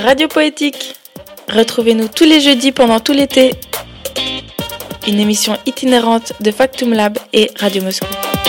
Radio Poétique. Retrouvez-nous tous les jeudis pendant tout l'été. Une émission itinérante de Factum Lab et Radio Moscou.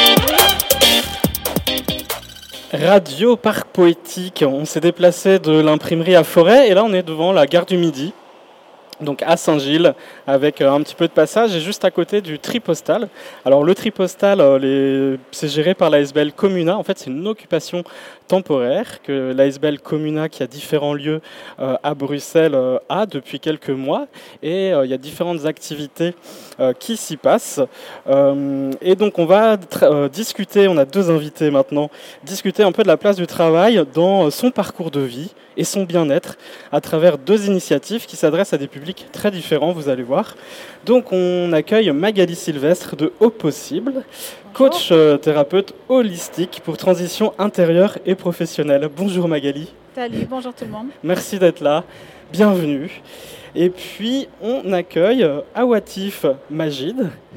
Radio Parc Poétique, on s'est déplacé de l'imprimerie à Forêt et là on est devant la gare du Midi, donc à Saint-Gilles, avec un petit peu de passage et juste à côté du tri postal. Alors le tri postal, c'est géré par l'ASBL Comuna. En fait, c'est une occupation temporaire que l'ASBL Comuna, qui a différents lieux à Bruxelles, a depuis quelques mois. Et il y a différentes activités qui s'y passent. Et donc on va discuter, on a deux invités maintenant, discuter un peu de la place du travail dans son parcours de vie et son bien-être à travers deux initiatives qui s'adressent à des publics très différents, vous allez voir. Donc on accueille Magali Sylvestre de Au Possible, coach thérapeute holistique pour transition intérieure et professionnelle. Bonjour Magali. Salut, bonjour tout le monde. Merci d'être là, bienvenue. Et puis on accueille Awatif Majid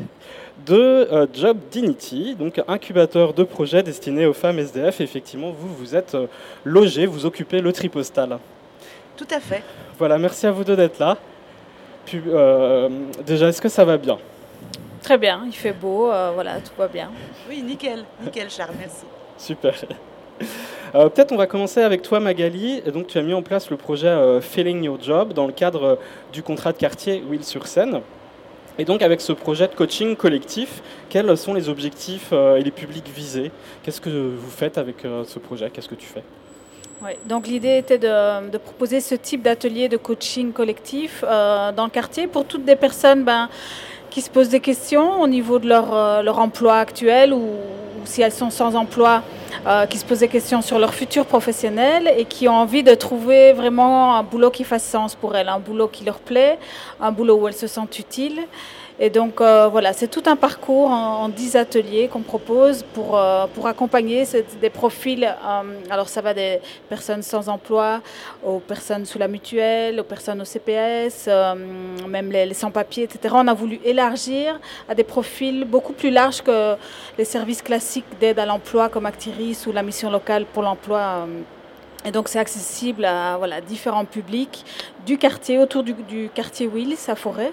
de Job Dignity, donc incubateur de projets destinés aux femmes SDF. Effectivement, vous êtes logé, vous occupez le tri postal. Tout à fait. Voilà, merci à vous deux d'être là. Puis, déjà, est-ce que ça va bien ? Très bien, il fait beau, voilà, tout va bien. Oui, nickel Charles, merci. Super. Peut-être on va commencer avec toi Magali. Et donc, tu as mis en place le projet Feeling Your Job dans le cadre du contrat de quartier Huile-sur-Seine. Et donc avec ce projet de coaching collectif, quels sont les objectifs et les publics visés ? Qu'est-ce que vous faites avec ce projet ? Qu'est-ce que tu fais ? Oui, donc l'idée était de proposer ce type d'atelier de coaching collectif dans le quartier pour toutes des personnes qui se posent des questions au niveau de leur emploi actuel ou si elles sont sans emploi, qui se posent des questions sur leur futur professionnel et qui ont envie de trouver vraiment un boulot qui fasse sens pour elles, un boulot qui leur plaît, un boulot où elles se sentent utiles. Et donc voilà, c'est tout un parcours en 10 ateliers qu'on propose pour accompagner des profils. Alors ça va des personnes sans emploi, aux personnes sous la mutuelle, aux personnes au CPS, même les sans-papiers, etc. On a voulu élargir à des profils beaucoup plus larges que les services classiques d'aide à l'emploi comme Actiris ou la mission locale pour l'emploi. Et donc c'est accessible à différents publics du quartier, autour du quartier Wills à Forêt.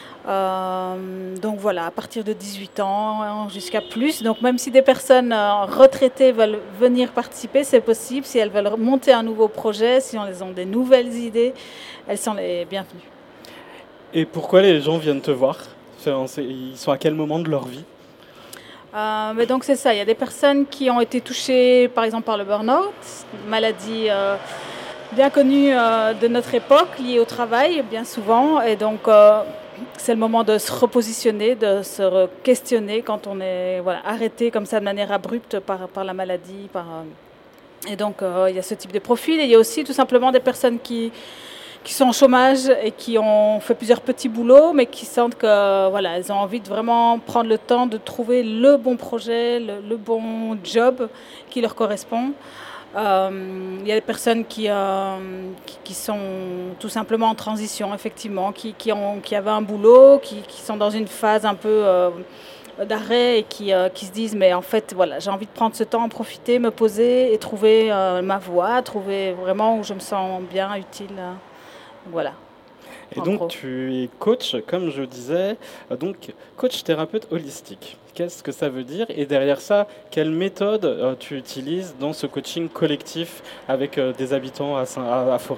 Donc voilà, à partir de 18 ans jusqu'à plus. Donc même si des personnes retraitées veulent venir participer, c'est possible. Si elles veulent monter un nouveau projet, si elles ont des nouvelles idées, elles sont les bienvenues. Et pourquoi les gens viennent te voir ? Ils sont à quel moment de leur vie ? Mais donc c'est ça, il y a des personnes qui ont été touchées par exemple par le burn-out, une maladie bien connue de notre époque, liée au travail bien souvent. Et donc c'est le moment de se repositionner, de se questionner quand on est arrêté comme ça de manière abrupte par la maladie. Et donc il y a ce type de profil. Et il y a aussi tout simplement des personnes qui sont au chômage et qui ont fait plusieurs petits boulots, mais qui sentent que elles ont envie de vraiment prendre le temps de trouver le bon projet, le bon job qui leur correspond. Il y a des personnes qui sont tout simplement en transition, effectivement, qui avaient un boulot, qui sont dans une phase un peu d'arrêt et qui se disent mais en fait j'ai envie de prendre ce temps, en profiter, me poser et trouver ma voie, trouver vraiment où je me sens bien, utile. Voilà. Et donc tu es coach, comme je disais, donc coach thérapeute holistique. Qu'est-ce que ça veut dire ? Et derrière ça, quelle méthode tu utilises dans ce coaching collectif avec des habitants à Forêt ?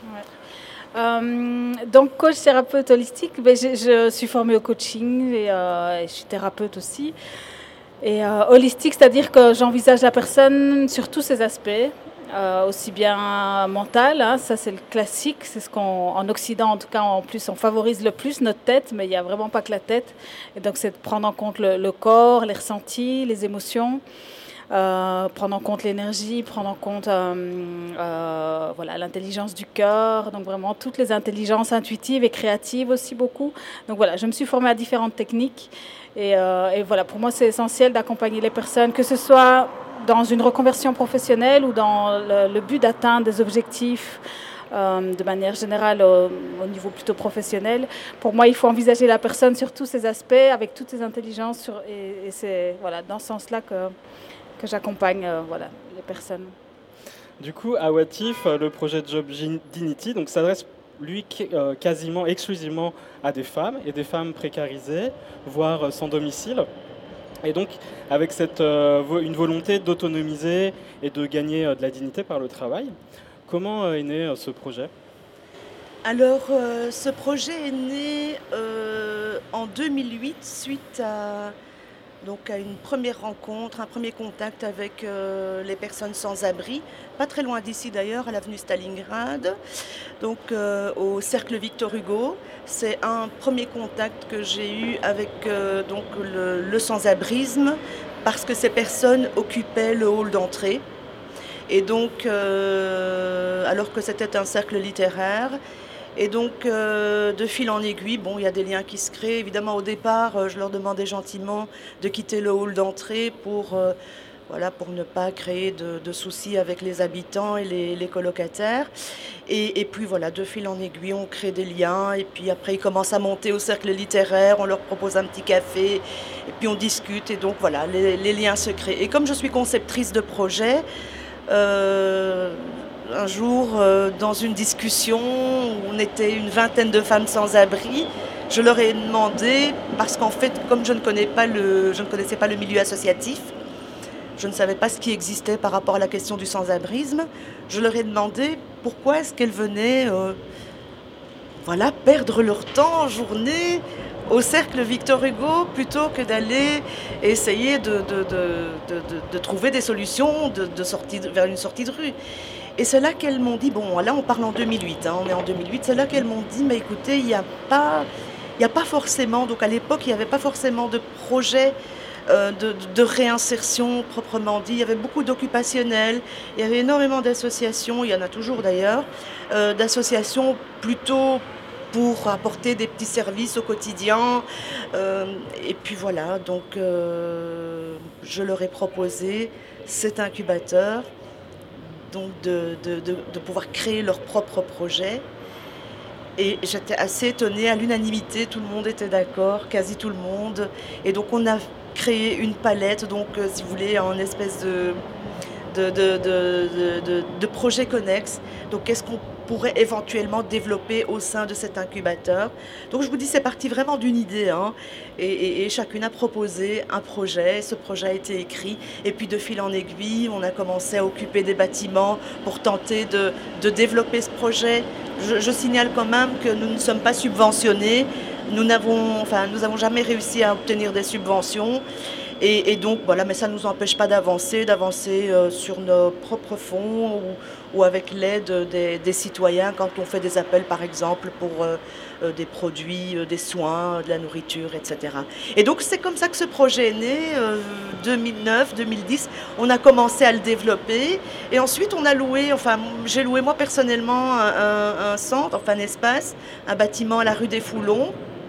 Donc coach thérapeute holistique, je suis formée au coaching et je suis thérapeute aussi. Et holistique, c'est-à-dire que j'envisage la personne sur tous ses aspects. Aussi bien mental, ça c'est le classique, c'est ce qu'en Occident en tout cas en plus on favorise le plus, notre tête, mais il n'y a vraiment pas que la tête. Et donc c'est de prendre en compte le corps, les ressentis, les émotions, prendre en compte l'énergie, prendre en compte l'intelligence du cœur, donc vraiment toutes les intelligences intuitives et créatives aussi beaucoup. Donc je me suis formée à différentes techniques et pour moi c'est essentiel d'accompagner les personnes, que ce soit dans une reconversion professionnelle ou dans le but d'atteindre des objectifs de manière générale au niveau plutôt professionnel. Pour moi, il faut envisager la personne sur tous ses aspects, avec toutes ses intelligences. Et c'est dans ce sens-là que j'accompagne les personnes. Du coup, à Watif, le projet Job Dignity donc, s'adresse lui quasiment exclusivement à des femmes et des femmes précarisées, voire sans domicile. Et donc, avec une volonté d'autonomiser et de gagner de la dignité par le travail. Comment est né ce projet ? Alors, ce projet est né en 2008 suite à une première rencontre, un premier contact avec les personnes sans abri, pas très loin d'ici d'ailleurs, à l'avenue Stalingrad, donc au Cercle Victor Hugo. C'est un premier contact que j'ai eu avec le sans-abrisme, parce que ces personnes occupaient le hall d'entrée. Et donc, alors que c'était un cercle littéraire, et donc, de fil en aiguille, il y a des liens qui se créent. Évidemment, au départ, je leur demandais gentiment de quitter le hall d'entrée pour ne pas créer de soucis avec les habitants et les colocataires. Et puis voilà, de fil en aiguille, on crée des liens. Et puis après, ils commencent à monter au cercle littéraire, on leur propose un petit café, et puis on discute. Et donc voilà, les liens se créent. Et comme je suis conceptrice de projet, un jour, dans une discussion où on était une vingtaine de femmes sans abri, je leur ai demandé, parce qu'en fait, comme je ne connaissais pas le milieu associatif, je ne savais pas ce qui existait par rapport à la question du sans-abrisme, je leur ai demandé pourquoi est-ce qu'elles venaient perdre leur temps en journée au cercle Victor Hugo plutôt que d'aller essayer de trouver des solutions vers une sortie de rue. Et c'est là qu'elles m'ont dit, là on parle en 2008, on est en 2008, c'est là qu'elles m'ont dit, mais écoutez, il n'y a pas forcément, donc à l'époque il n'y avait pas forcément de projet de réinsertion proprement dit, il y avait beaucoup d'occupationnels, il y avait énormément d'associations, il y en a toujours d'ailleurs, d'associations plutôt pour apporter des petits services au quotidien. Et puis voilà, donc je leur ai proposé cet incubateur, donc de pouvoir créer leur propre projet. Et j'étais assez étonnée, à l'unanimité, tout le monde était d'accord, quasi tout le monde. Et donc on a créé une palette, donc si vous voulez, en espèce de projet connexe. Donc qu'est-ce qu'on pourrait éventuellement développer au sein de cet incubateur. Donc je vous dis, c'est parti vraiment d'une idée, et chacune a proposé un projet, ce projet a été écrit, et puis de fil en aiguille, on a commencé à occuper des bâtiments pour tenter de développer ce projet. Je signale quand même que nous ne sommes pas subventionnés, nous n'avons jamais réussi à obtenir des subventions. Et donc voilà, mais ça ne nous empêche pas d'avancer sur nos propres fonds ou avec l'aide des citoyens quand on fait des appels par exemple pour des produits, des soins, de la nourriture, etc. Et donc c'est comme ça que ce projet est né, 2009-2010, on a commencé à le développer et ensuite on a j'ai loué moi personnellement un centre, un espace, un bâtiment à la rue des Foulons.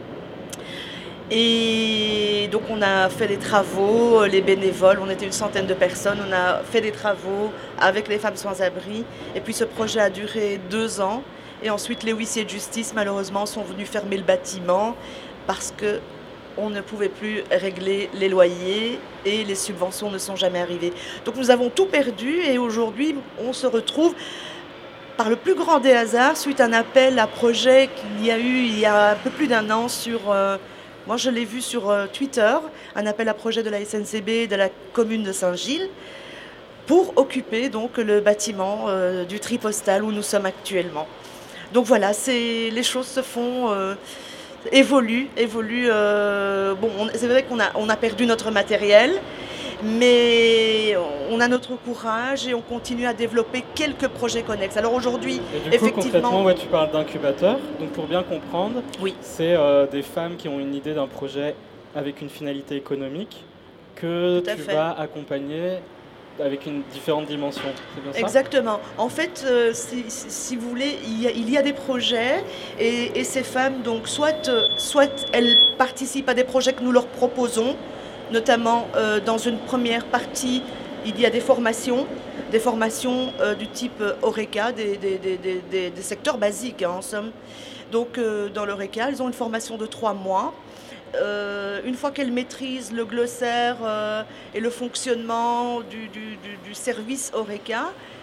Et donc on a fait des travaux, les bénévoles, on était une centaine de personnes, on a fait des travaux avec les femmes sans abri. Et puis ce projet a duré 2 ans. Et ensuite les huissiers de justice malheureusement sont venus fermer le bâtiment parce qu'on ne pouvait plus régler les loyers et les subventions ne sont jamais arrivées. Donc nous avons tout perdu et aujourd'hui on se retrouve par le plus grand des hasards suite à un appel à projet qu'il y a eu il y a un peu plus d'1 an sur... Moi, je l'ai vu sur Twitter, un appel à projet de la SNCB de la commune de Saint-Gilles pour occuper donc le bâtiment du tri postal où nous sommes actuellement. Donc voilà, les choses se font, évoluent. C'est vrai qu'on a perdu notre matériel, mais on a notre courage et on continue à développer quelques projets connexes. Alors aujourd'hui, concrètement, tu parles d'incubateur. Donc pour bien comprendre, oui. C'est des femmes qui ont une idée d'un projet avec une finalité économique que tu vas accompagner avec une différente dimension. C'est bien ça ? Exactement. En fait, si vous voulez, il y a des projets et ces femmes, donc soit elles participent à des projets que nous leur proposons, notamment dans une première partie, il y a des formations du type Horeca, des secteurs basiques en somme. Donc dans l'Horeca, elles ont une formation de 3 mois. Une fois qu'elles maîtrisent le glossaire et le fonctionnement du service Horeca,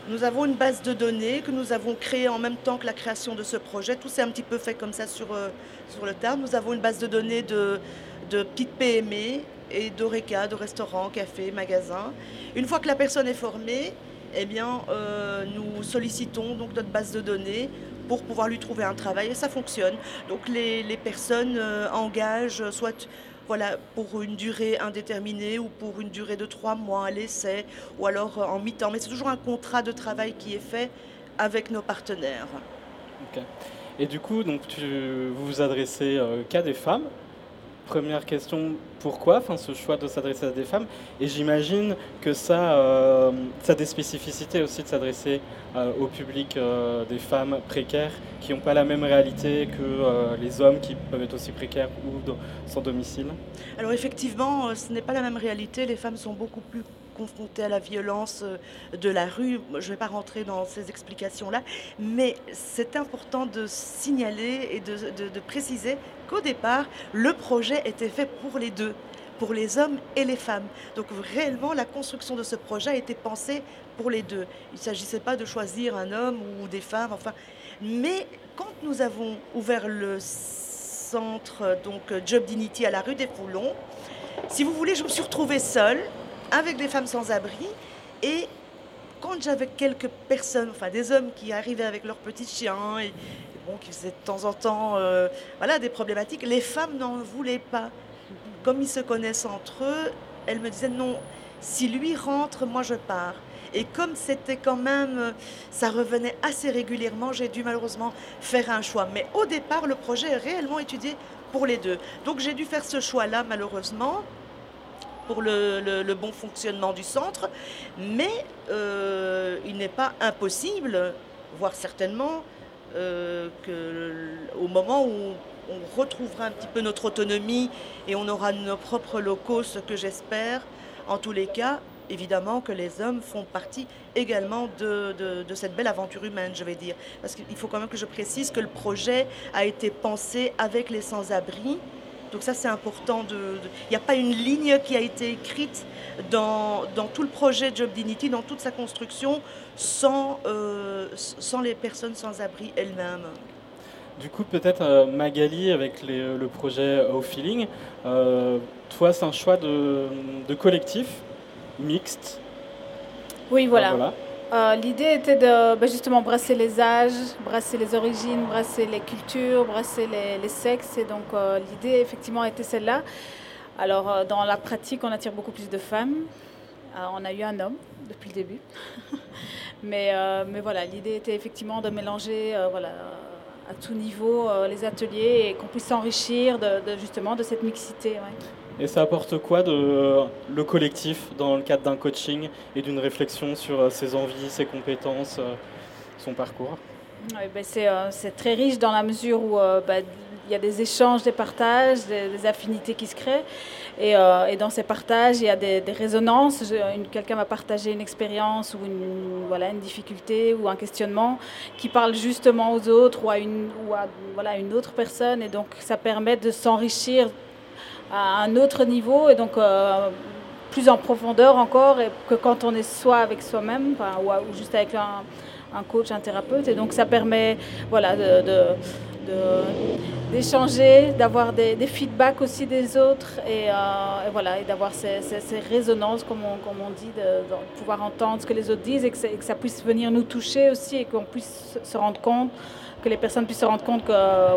Nous avons une base de données que nous avons créée en même temps que la création de ce projet. Tout s'est un petit peu fait comme ça sur le tard. Nous avons une base de données de petites PME et d'ORECA, de restaurants, cafés, magasins. Une fois que la personne est formée, eh bien, nous sollicitons donc notre base de données pour pouvoir lui trouver un travail et ça fonctionne. Donc les personnes engagent soit pour une durée indéterminée ou pour une durée de 3 mois à l'essai ou alors en mi-temps. Mais c'est toujours un contrat de travail qui est fait avec nos partenaires. Ok. Et du coup, donc, vous vous adressez qu'à des femmes. Première question, pourquoi ce choix de s'adresser à des femmes? Et j'imagine que ça a des spécificités aussi de s'adresser au public des femmes précaires qui n'ont pas la même réalité que les hommes qui peuvent être aussi précaires ou sans domicile. Alors effectivement, ce n'est pas la même réalité. Les femmes sont beaucoup plus confrontées à la violence de la rue. Je ne vais pas rentrer dans ces explications-là, mais c'est important de signaler et de préciser qu'au départ, le projet était fait pour les deux, pour les hommes et les femmes. Donc réellement, la construction de ce projet a été pensée pour les deux. Il ne s'agissait pas de choisir un homme ou des femmes, mais quand nous avons ouvert le centre Job Dignity à la rue des Foulons, si vous voulez, je me suis retrouvée seule avec des femmes sans abri et quand j'avais quelques personnes, des hommes qui arrivaient avec leurs petits chiens et qui faisaient de temps en temps des problématiques, les femmes n'en voulaient pas. Comme ils se connaissent entre eux, elles me disaient non, si lui rentre, moi je pars. Et comme c'était quand même, ça revenait assez régulièrement, j'ai dû malheureusement faire un choix. Mais au départ, le projet est réellement étudié pour les deux. Donc j'ai dû faire ce choix-là malheureusement pour le bon fonctionnement du centre. Mais il n'est pas impossible, voire certainement, qu'au moment où on retrouvera un petit peu notre autonomie et on aura nos propres locaux, ce que j'espère, en tous les cas, évidemment que les hommes font partie également de cette belle aventure humaine, je vais dire. Parce qu'il faut quand même que je précise que le projet a été pensé avec les sans-abri. Donc ça, c'est important. Il n'y a pas une ligne qui a été écrite dans tout le projet Job Dignity, dans toute sa construction, sans les personnes sans-abri elles-mêmes. Du coup, peut-être Magali, avec le projet Au Feeling, toi, c'est un choix de collectif mixte. Oui, voilà. L'idée était de justement brasser les âges, brasser les origines, brasser les cultures, brasser les sexes. Et donc l'idée effectivement était celle-là. Alors dans la pratique, on attire beaucoup plus de femmes. On a eu un homme depuis le début. mais voilà, l'idée était effectivement de mélanger à tout niveau les ateliers et qu'on puisse s'enrichir justement de cette mixité. Ouais. Et ça apporte quoi le collectif dans le cadre d'un coaching et d'une réflexion sur ses envies, ses compétences, son parcours? Oui, c'est très riche dans la mesure où il y a des échanges, des partages, des affinités qui se créent. Et dans ces partages, il y a des résonances. Quelqu'un va partager une expérience ou une difficulté ou un questionnement qui parle justement aux autres ou à une autre personne. Et donc, ça permet de s'enrichir à un autre niveau et donc plus en profondeur encore que quand on est soit avec soi-même ou juste avec un coach, un thérapeute. Et donc ça permet d'échanger, d'avoir des feedbacks aussi des autres et d'avoir ces résonances, comme on dit, de pouvoir entendre ce que les autres disent et que ça puisse venir nous toucher aussi et qu'on puisse se rendre compte, que les personnes puissent se rendre compte que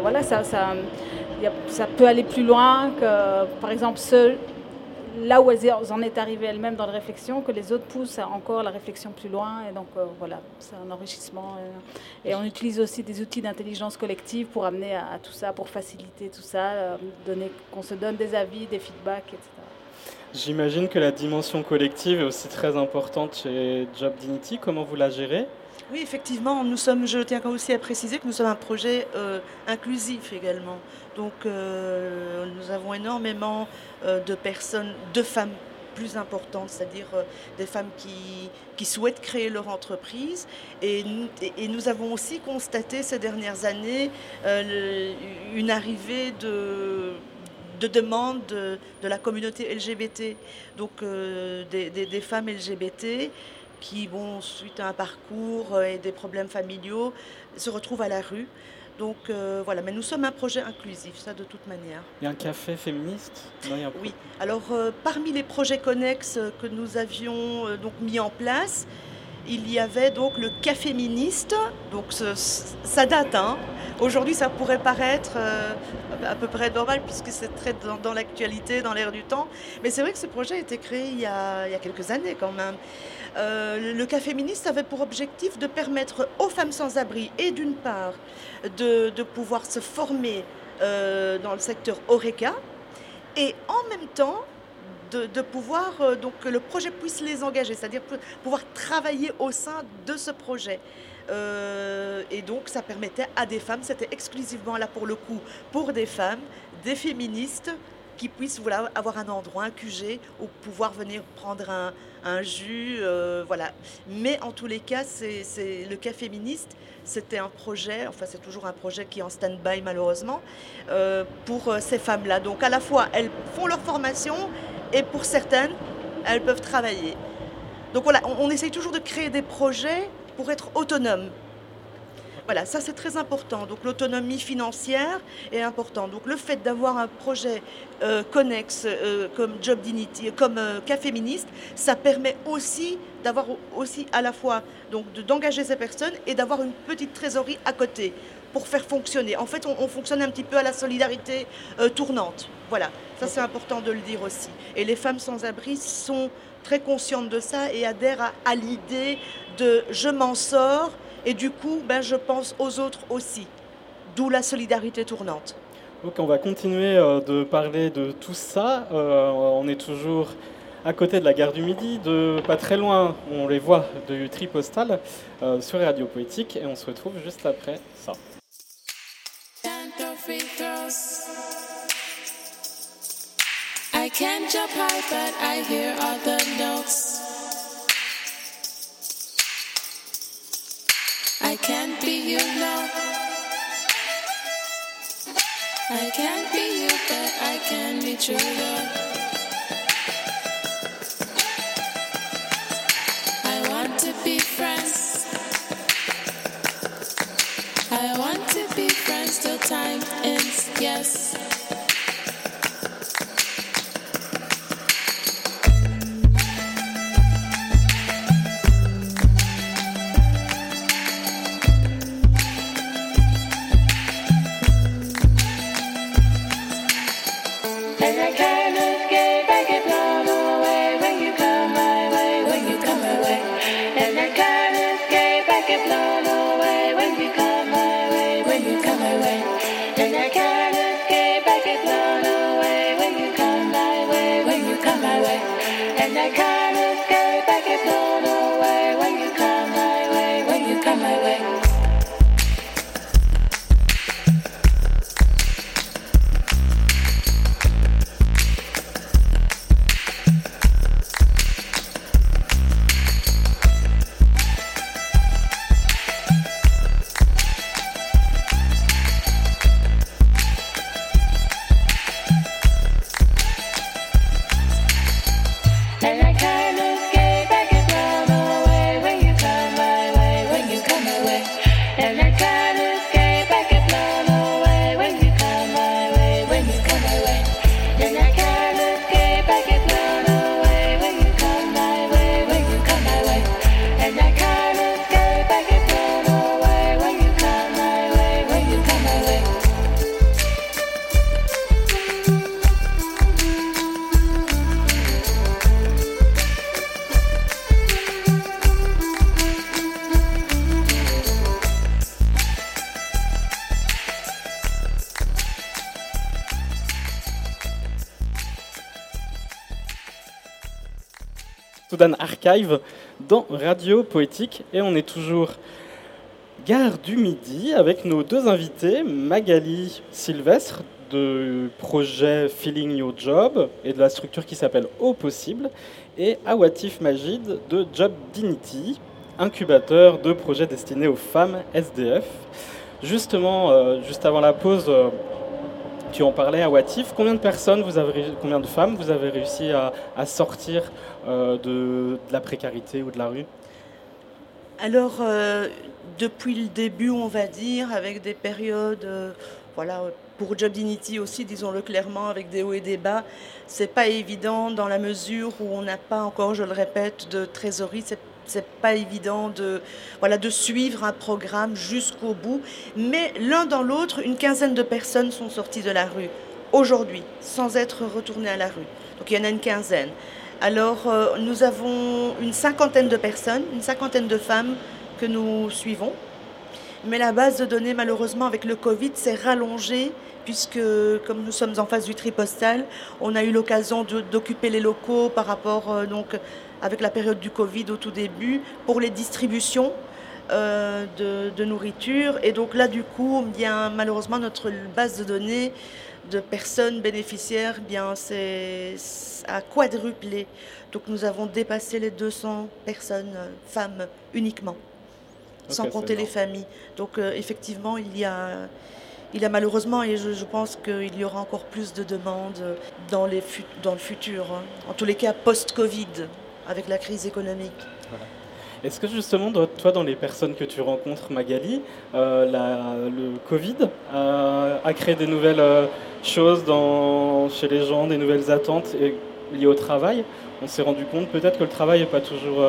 ça peut aller plus loin, que par exemple là où elles en est arrivées elles-mêmes dans la réflexion, que les autres poussent encore la réflexion plus loin. Et donc c'est un enrichissement. Et on utilise aussi des outils d'intelligence collective pour amener à tout ça, pour faciliter tout ça, qu'on se donne des avis, des feedbacks, etc. J'imagine que la dimension collective est aussi très importante chez Job Dignity. Comment vous la gérez ? Oui, effectivement, je tiens aussi à préciser que nous sommes un projet inclusif également. Donc nous avons énormément de personnes, de femmes plus importantes, c'est-à-dire des femmes qui souhaitent créer leur entreprise. Et nous avons aussi constaté ces dernières années une arrivée de demandes de la communauté LGBT, donc des femmes LGBT qui, suite à un parcours et des problèmes familiaux, se retrouvent à la rue. Donc voilà, mais nous sommes un projet inclusif, ça de toute manière. Il y a un café féministe? Non, il y a un... Oui, alors parmi les projets connexes que nous avions donc mis en place, il y avait donc le café féministe, donc ça date, hein. Aujourd'hui ça pourrait paraître à peu près normal puisque c'est très dans l'actualité, dans l'air du temps, mais c'est vrai que ce projet a été créé il y a quelques années quand même. Le café féministe avait pour objectif de permettre aux femmes sans abri et d'une part de pouvoir se former dans le secteur HORECA et en même temps de pouvoir donc que le projet puisse les engager, c'est-à-dire pouvoir travailler au sein de ce projet. Et donc ça permettait à des femmes, c'était exclusivement là pour le coup pour des femmes, des féministes qui puissent avoir un endroit, un QG où pouvoir venir prendre un jus, voilà. Mais en tous les cas, c'est le café féministe, c'était un projet, enfin c'est toujours un projet qui est en stand-by malheureusement, pour ces femmes-là. Donc à la fois elles font leur formation et pour certaines, elles peuvent travailler. Donc voilà, on essaye toujours de créer des projets pour être autonomes. Voilà, ça c'est très important. Donc l'autonomie financière est importante. Donc le fait d'avoir un projet connexe comme Job Dignity, comme Café Féministe, ça permet aussi d'avoir aussi à la fois donc d'engager ces personnes et d'avoir une petite trésorerie à côté pour faire fonctionner. En fait, on fonctionne un petit peu à la solidarité tournante. Voilà, ça c'est important de le dire aussi. Et les femmes sans abri sont très conscientes de ça et adhèrent à l'idée de « je m'en sors ». Et du coup, je pense aux autres aussi, d'où la solidarité tournante. Donc on va continuer de parler de tout ça. On est toujours à côté de la gare du Midi, pas très loin, on les voit, du tri postal sur Radio Poétique. Et on se retrouve juste après ça. I can't jump high, but I hear all the notes. I can't be you, no. I can't be you, but I can be true, though. I want to be friends. I want to be friends till time ends, yes. Soudan Archive dans Radio Poétique et on est toujours gare du Midi avec nos deux invités, Magali Sylvestre du projet Feeling Your Job et de la structure qui s'appelle Au Possible et Awatif Majid de Job Dignity, incubateur de projets destinés aux femmes SDF. Justement, juste avant la pause, tu en parlais, Awatif, combien de femmes vous avez réussi à sortir de la précarité ou de la rue ? Alors, depuis le début, on va dire, avec des périodes, voilà, pour Job Dignity aussi, disons-le clairement, avec des hauts et des bas, c'est pas évident dans la mesure où on n'a pas encore, je le répète, de trésorerie. C'est pas évident voilà, de suivre un programme jusqu'au bout. Mais l'un dans l'autre, une quinzaine de personnes sont sorties de la rue aujourd'hui, sans être retournées à la rue. Donc il y en a une quinzaine. Alors, nous avons une cinquantaine de personnes, une cinquantaine de femmes que nous suivons. Mais la base de données, malheureusement, avec le Covid, s'est rallongée puisque, comme nous sommes en face du tri postal, on a eu l'occasion d'occuper les locaux par rapport, donc, avec la période du Covid au tout début, pour les distributions de nourriture. Et donc là, du coup, bien, malheureusement, notre base de données de personnes bénéficiaires, bien, a quadruplé. Donc nous avons dépassé les 200 personnes, femmes uniquement, sans compter les familles. Donc effectivement, il y a malheureusement, et je pense qu'il y aura encore plus de demandes dans le futur, hein. En tous les cas post-Covid, avec la crise économique. Voilà. Est-ce que justement, toi, dans les personnes que tu rencontres, Magali, le Covid a créé des nouvelles choses chez les gens, des nouvelles attentes liées au travail? On s'est rendu compte peut-être que le travail n'est pas toujours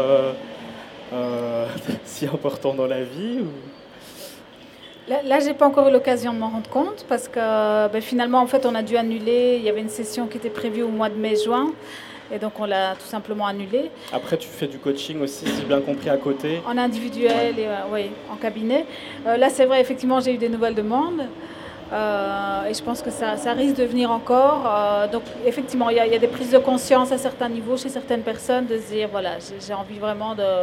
si important dans la vie ou... Là, j'ai pas encore eu l'occasion de m'en rendre compte parce que finalement, en fait, on a dû annuler. Il y avait une session qui était prévue au mois de mai-juin. Et donc, on l'a tout simplement annulé. Après, tu fais du coaching aussi, si j'ai bien compris, à côté. En individuel et oui, en cabinet. Là, c'est vrai, effectivement, j'ai eu des nouvelles demandes. Et je pense que ça risque de venir encore. Donc, effectivement, il y a des prises de conscience à certains niveaux chez certaines personnes de se dire, voilà, j'ai envie vraiment de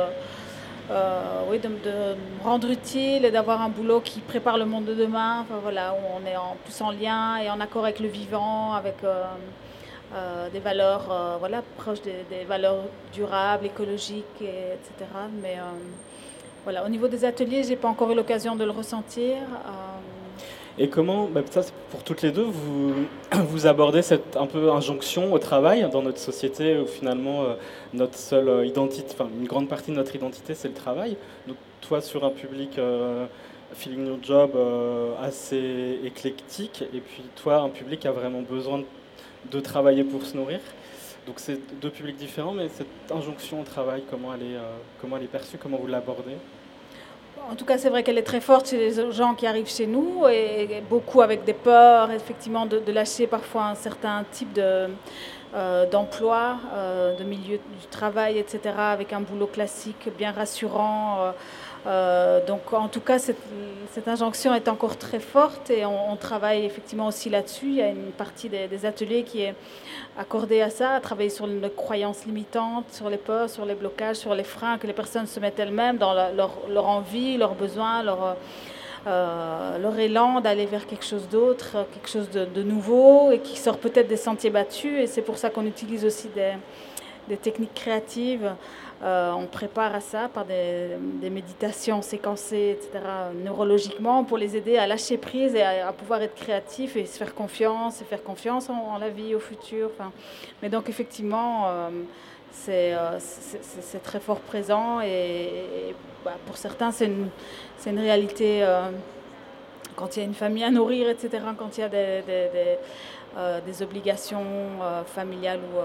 me rendre utile et d'avoir un boulot qui prépare le monde de demain. Enfin, voilà, où on est plus en lien et en accord avec le vivant, avec... des valeurs proches des valeurs durables, écologiques, etc. Mais voilà, au niveau des ateliers, j'ai pas encore eu l'occasion de le ressentir. Et comment, ça c'est pour toutes les deux, vous abordez cette un peu injonction au travail dans notre société où finalement notre seule identité, enfin une grande partie de notre identité c'est le travail. Donc toi sur un public feeling your job assez éclectique et puis toi un public qui a vraiment besoin de travailler pour se nourrir. Donc c'est deux publics différents, mais cette injonction au travail, comment elle est perçue, comment vous l'abordez? En tout cas, c'est vrai qu'elle est très forte chez les gens qui arrivent chez nous et beaucoup avec des peurs, effectivement, de lâcher parfois un certain type d'emploi, de milieu du travail, etc., avec un boulot classique bien rassurant. Donc en tout cas, cette injonction est encore très forte et on travaille effectivement aussi là-dessus. Il y a une partie des ateliers qui est accordée à ça, à travailler sur les croyances limitantes, sur les peurs, sur les blocages, sur les freins que les personnes se mettent elles-mêmes dans leur envie, leurs besoins, leur élan d'aller vers quelque chose d'autre, quelque chose de nouveau et qui sort peut-être des sentiers battus. Et c'est pour ça qu'on utilise aussi des techniques créatives. On prépare à ça par des méditations séquencées, etc., neurologiquement, pour les aider à lâcher prise et à pouvoir être créatifs et se faire confiance en la vie, au futur. Enfin, mais donc effectivement, c'est très fort présent et pour certains, c'est une réalité quand il y a une famille à nourrir, etc., quand il y a des obligations familiales ou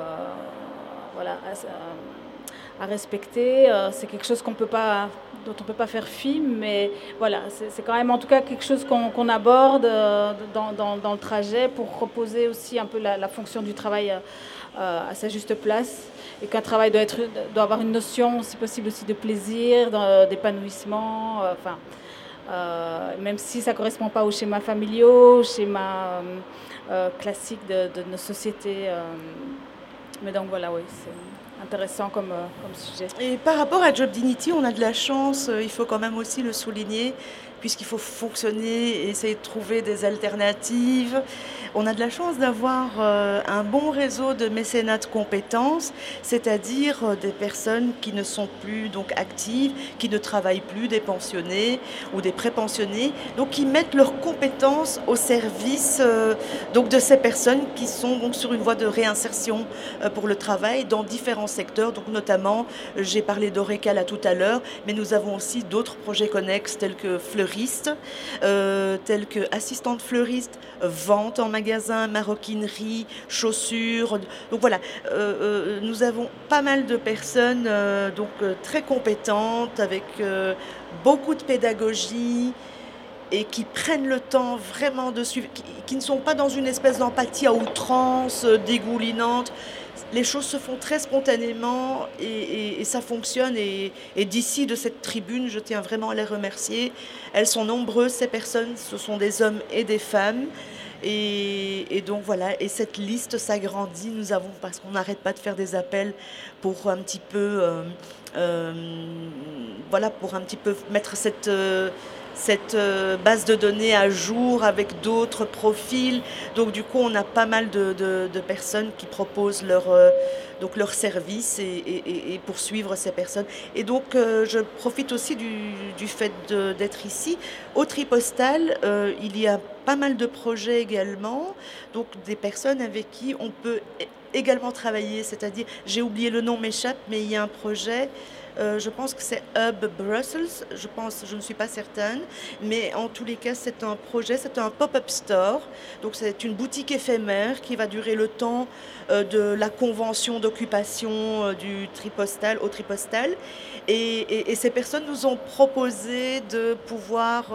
à respecter. C'est quelque chose dont on peut pas faire fi, mais voilà, c'est quand même en tout cas quelque chose qu'on aborde dans le trajet pour reposer aussi un peu la fonction du travail à sa juste place et qu'un travail doit avoir une notion, si possible aussi, de plaisir, d'épanouissement, même si ça ne correspond pas aux schémas familiaux, aux schémas classiques de nos sociétés. Mais donc voilà, oui, c'est intéressant comme sujet. Et par rapport à Job Dignity, on a de la chance, il faut quand même aussi le souligner, puisqu'il faut fonctionner et essayer de trouver des alternatives. On a de la chance d'avoir un bon réseau de mécénat de compétences, c'est-à-dire des personnes qui ne sont plus donc actives, qui ne travaillent plus, des pensionnés ou des prépensionnés, donc qui mettent leurs compétences au service donc de ces personnes qui sont donc sur une voie de réinsertion pour le travail dans différents secteurs, donc notamment, j'ai parlé d'Oreca là tout à l'heure, mais nous avons aussi d'autres projets connexes tels que fleuristes, tels que assistante fleuriste, vente en magasin, maroquinerie, chaussures. Donc voilà, nous avons pas mal de personnes très compétentes, avec beaucoup de pédagogie et qui prennent le temps vraiment de suivre, qui ne sont pas dans une espèce d'empathie à outrance, dégoulinante. Les choses se font très spontanément et ça fonctionne. Et d'ici, de cette tribune, je tiens vraiment à les remercier. Elles sont nombreuses, ces personnes, ce sont des hommes et des femmes. Et donc voilà, et cette liste s'agrandit. Nous avons, parce qu'on n'arrête pas de faire des appels pour un petit peu, pour un petit peu mettre cette base de données à jour avec d'autres profils. Donc du coup, on a pas mal de personnes qui proposent leur service et poursuivre ces personnes. Et donc, je profite aussi du fait d'être ici. Au Tripostal, il y a pas mal de projets également, donc des personnes avec qui on peut également travailler. C'est-à-dire, j'ai oublié le nom, m'échappe, mais il y a un projet. Je pense que c'est Hub Brussels, je ne suis pas certaine, mais en tous les cas c'est un projet, c'est un pop-up store, donc c'est une boutique éphémère qui va durer le temps de la convention d'occupation du Tripostal, au Tripostal, et ces personnes nous ont proposé de pouvoir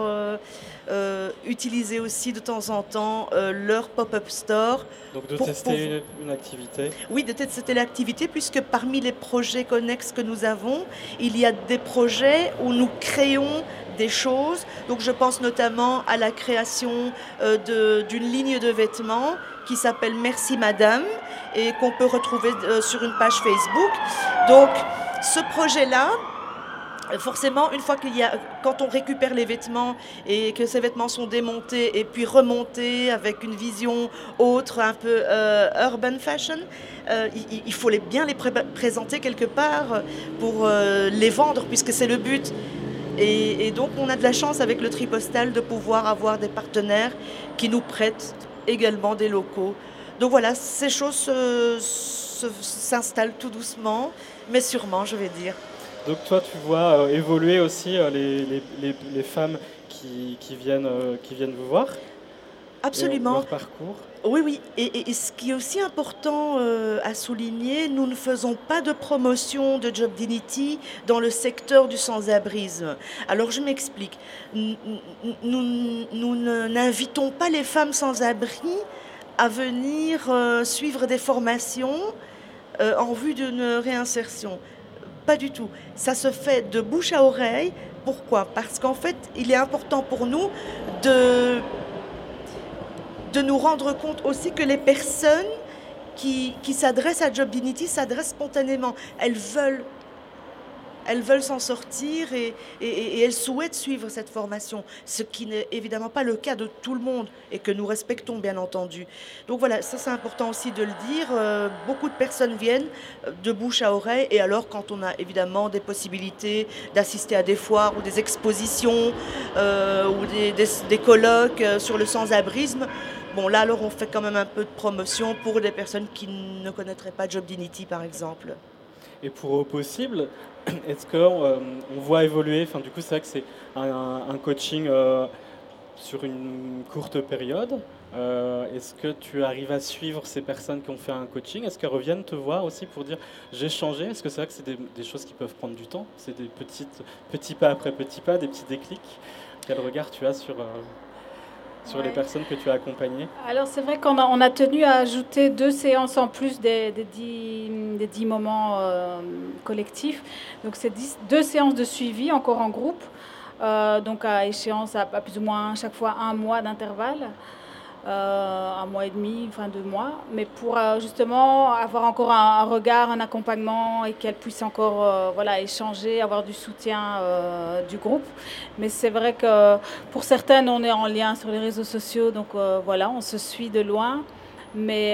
utiliser aussi de temps en temps leur pop-up store. Donc de tester une activité. Oui, de tester l'activité, puisque parmi les projets connexes que nous avons, il y a des projets où nous créons des choses. Donc je pense notamment à la création d'une ligne de vêtements qui s'appelle Merci Madame et qu'on peut retrouver sur une page Facebook. Donc ce projet-là, forcément, une fois quand on récupère les vêtements et que ces vêtements sont démontés et puis remontés avec une vision autre, un peu urban fashion, il faut bien les présenter quelque part pour les vendre, puisque c'est le but. Et donc, on a de la chance avec le Tripostal de pouvoir avoir des partenaires qui nous prêtent également des locaux. Donc voilà, ces choses s'installent tout doucement, mais sûrement, je vais dire. Donc toi, tu vois évoluer aussi les femmes qui viennent vous voir. Absolument. Leur parcours. Oui. Et ce qui est aussi important à souligner, nous ne faisons pas de promotion de Job Dignity dans le secteur du sans-abrisme. Alors je m'explique. Nous n'invitons pas les femmes sans-abri à venir suivre des formations en vue d'une réinsertion. Pas du tout. Ça se fait de bouche à oreille. Pourquoi ? Parce qu'en fait, il est important pour nous de nous rendre compte aussi que les personnes qui s'adressent à Job Dignity s'adressent spontanément. Elles veulent s'en sortir et elles souhaitent suivre cette formation, ce qui n'est évidemment pas le cas de tout le monde et que nous respectons bien entendu. Donc voilà, ça c'est important aussi de le dire. Beaucoup de personnes viennent de bouche à oreille, et alors quand on a évidemment des possibilités d'assister à des foires ou des expositions ou des colloques sur le sans-abrisme, bon là alors on fait quand même un peu de promotion pour des personnes qui ne connaîtraient pas Job Dignity par exemple. Et pour Au Possible, est-ce qu'on voit évoluer, du coup c'est vrai que c'est un coaching sur une courte période. Est-ce que tu arrives à suivre ces personnes qui ont fait un coaching ? Est-ce qu'elles reviennent te voir aussi pour dire j'ai changé ? Est-ce que c'est vrai que c'est des choses qui peuvent prendre du temps ? C'est des petits pas après petits pas, des petits déclics ? Quel regard tu as sur les personnes que tu as accompagnées ? Alors c'est vrai qu'on a tenu à ajouter 2 séances en plus des 10 moments collectifs. Donc c'est 2 séances de suivi encore en groupe, donc à échéance à plus ou moins chaque fois 1 mois d'intervalle. un mois et demi, enfin 2 mois, mais pour justement avoir encore un regard, un accompagnement et qu'elle puisse encore échanger, avoir du soutien du groupe. Mais c'est vrai que pour certaines, on est en lien sur les réseaux sociaux, donc on se suit de loin. Mais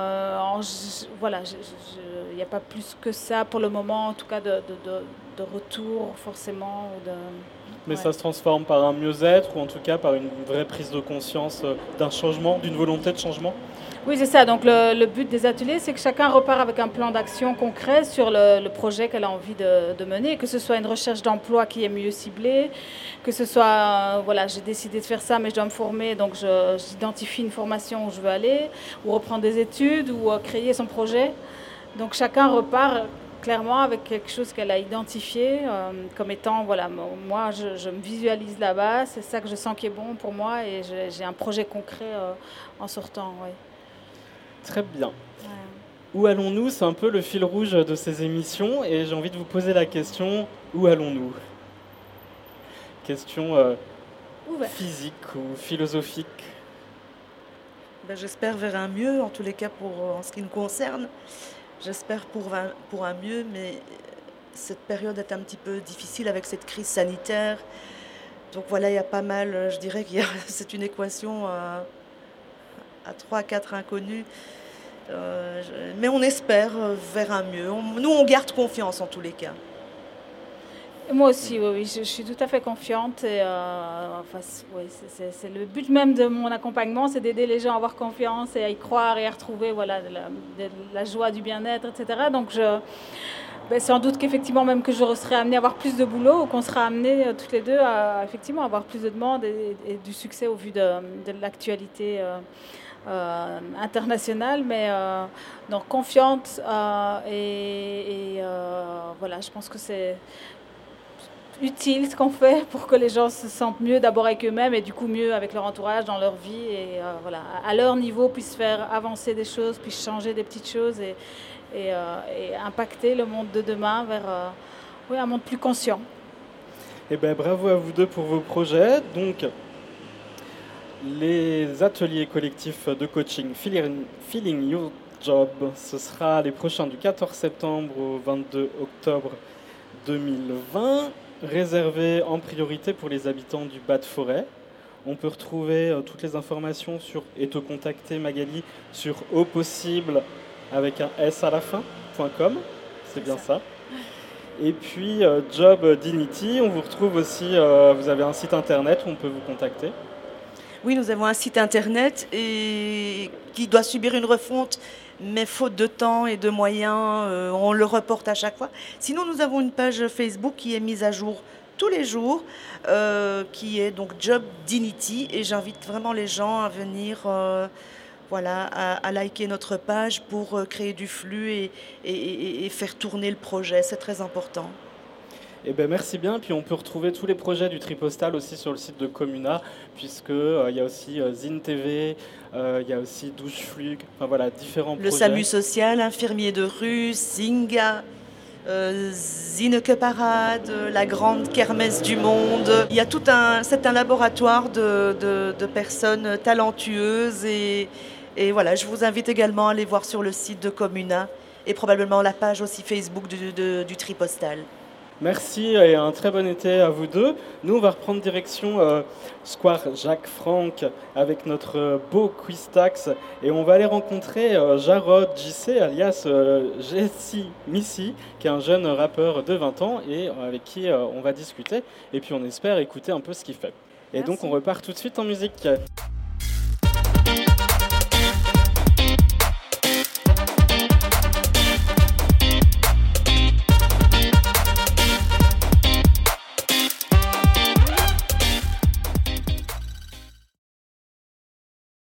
il n'y a pas plus que ça pour le moment, en tout cas de retour forcément. Mais ça se transforme par un mieux-être ou en tout cas par une vraie prise de conscience d'un changement, d'une volonté de changement? Oui, c'est ça. Donc le but des ateliers, c'est que chacun repart avec un plan d'action concret sur le projet qu'elle a envie de mener, que ce soit une recherche d'emploi qui est mieux ciblée, que ce soit, j'ai décidé de faire ça, mais je dois me former, donc j'identifie une formation où je veux aller, ou reprendre des études, ou créer son projet. Donc chacun repart clairement avec quelque chose qu'elle a identifié comme étant, moi je me visualise là-bas, c'est ça que je sens qui est bon pour moi et j'ai un projet concret en sortant. Ouais. Très bien. Ouais. Où allons-nous? C'est un peu le fil rouge de ces émissions et j'ai envie de vous poser la question, où allons-nous? Question physique ou philosophique? J'espère vers un mieux, en tous les cas en ce qui nous concerne. J'espère pour un mieux, mais cette période est un petit peu difficile avec cette crise sanitaire. Donc il y a pas mal, je dirais que c'est une équation à 3-4 inconnus. Mais on espère vers un mieux. Nous, on garde confiance en tous les cas. Moi aussi, oui, je suis tout à fait confiante. Et, c'est le but même de mon accompagnement, c'est d'aider les gens à avoir confiance et à y croire et à retrouver de la joie, du bien-être, etc. Donc, sans doute qu'effectivement, même que je serai amenée à avoir plus de boulot ou qu'on sera amenés toutes les deux à effectivement avoir plus de demandes et du succès au vu de l'actualité internationale. Mais donc, confiante je pense que c'est utile ce qu'on fait pour que les gens se sentent mieux d'abord avec eux-mêmes et du coup mieux avec leur entourage dans leur vie et à leur niveau puissent faire avancer des choses, puissent changer des petites choses et impacter le monde de demain vers un monde plus conscient. Eh bien, bravo à vous deux pour vos projets. Donc, les ateliers collectifs de coaching Feeling Your Job, ce sera les prochains du 14 septembre au 22 octobre 2020. Réservé en priorité pour les habitants du Bas-de-Forêt. On peut retrouver toutes les informations et te contacter, Magali, sur aupossible avec un S à la fin.com. C'est bien ça. Et puis Job Dignity, on vous retrouve aussi, vous avez un site internet où on peut vous contacter. Oui, nous avons un site internet qui doit subir une refonte, mais faute de temps et de moyens, on le reporte à chaque fois. Sinon, nous avons une page Facebook qui est mise à jour tous les jours, qui est donc Job Dignity, et j'invite vraiment les gens à venir à liker notre page pour créer du flux et faire tourner le projet. C'est très important. Eh ben merci bien. Puis on peut retrouver tous les projets du Tripostal aussi sur le site de Comuna, puisque il y a aussi Zine TV, il y a aussi Douche Flug, différents projets. Le SAMU social, Infirmier de rue, Singa, Zineke Parade, la grande kermesse du monde. Il y a c'est un laboratoire de personnes talentueuses et je vous invite également à aller voir sur le site de Comuna et probablement la page aussi Facebook du Tripostal. Merci et un très bon été à vous deux. Nous, on va reprendre direction Square Jacques Franck avec notre beau Quistax et on va aller rencontrer Jarod JC alias Jessie Missy, qui est un jeune rappeur de 20 ans et avec qui on va discuter et puis on espère écouter un peu ce qu'il fait. Et donc on repart tout de suite en musique.